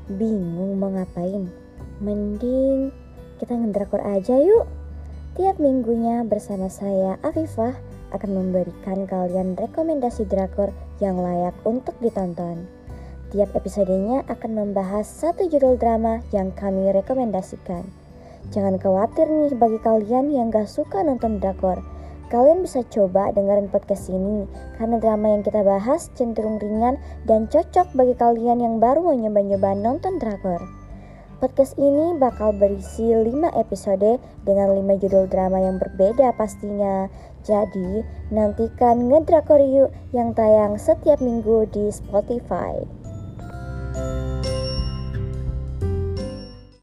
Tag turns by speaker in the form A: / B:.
A: Bingung mau ngapain? Mending kita ngedrakor aja yuk. Tiap minggunya bersama saya Afifah akan memberikan kalian rekomendasi drakor yang layak untuk ditonton. Tiap episodenya akan membahas satu judul drama yang kami rekomendasikan. Jangan khawatir nih bagi kalian yang gak suka nonton drakor. Kalian bisa coba dengerin podcast ini karena drama yang kita bahas cenderung ringan dan cocok bagi kalian yang baru mau nyoba-nyoba nonton drakor. Podcast ini bakal berisi 5 episode dengan 5 judul drama yang berbeda pastinya. Jadi nantikan ngedrakor yuk yang tayang setiap minggu di Spotify.